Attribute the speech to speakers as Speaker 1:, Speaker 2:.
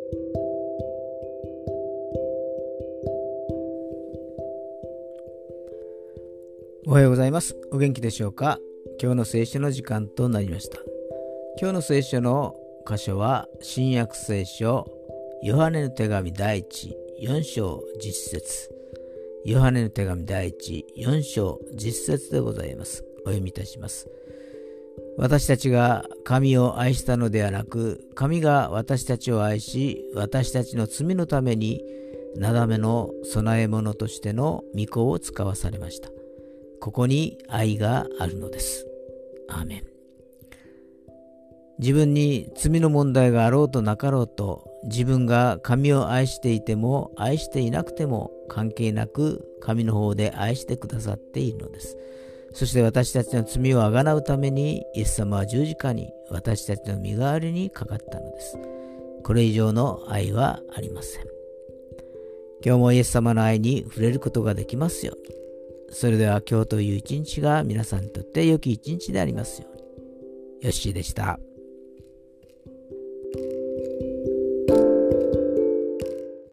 Speaker 1: おはようございます。お元気でしょうか。今日の聖書の時間となりました。今日の聖書の箇所は新約聖書ヨハネの手紙第4章10節、ヨハネの手紙第4章10節でございます。お読みいたします。私たちが神を愛したのではなく、神が私たちを愛し、私たちの罪のためになだめの供え物としての御子を使わされました。ここに愛があるのです。アーメン。自分に罪の問題があろうとなかろうと、自分が神を愛していても愛していなくても関係なく、神の方で愛してくださっているのです。そして私たちの罪をあがなうために、イエス様は十字架に私たちの身代わりにかかったのです。これ以上の愛はありません。今日もイエス様の愛に触れることができますように。それでは今日という一日が皆さんにとって良き一日でありますように。よっしーでした。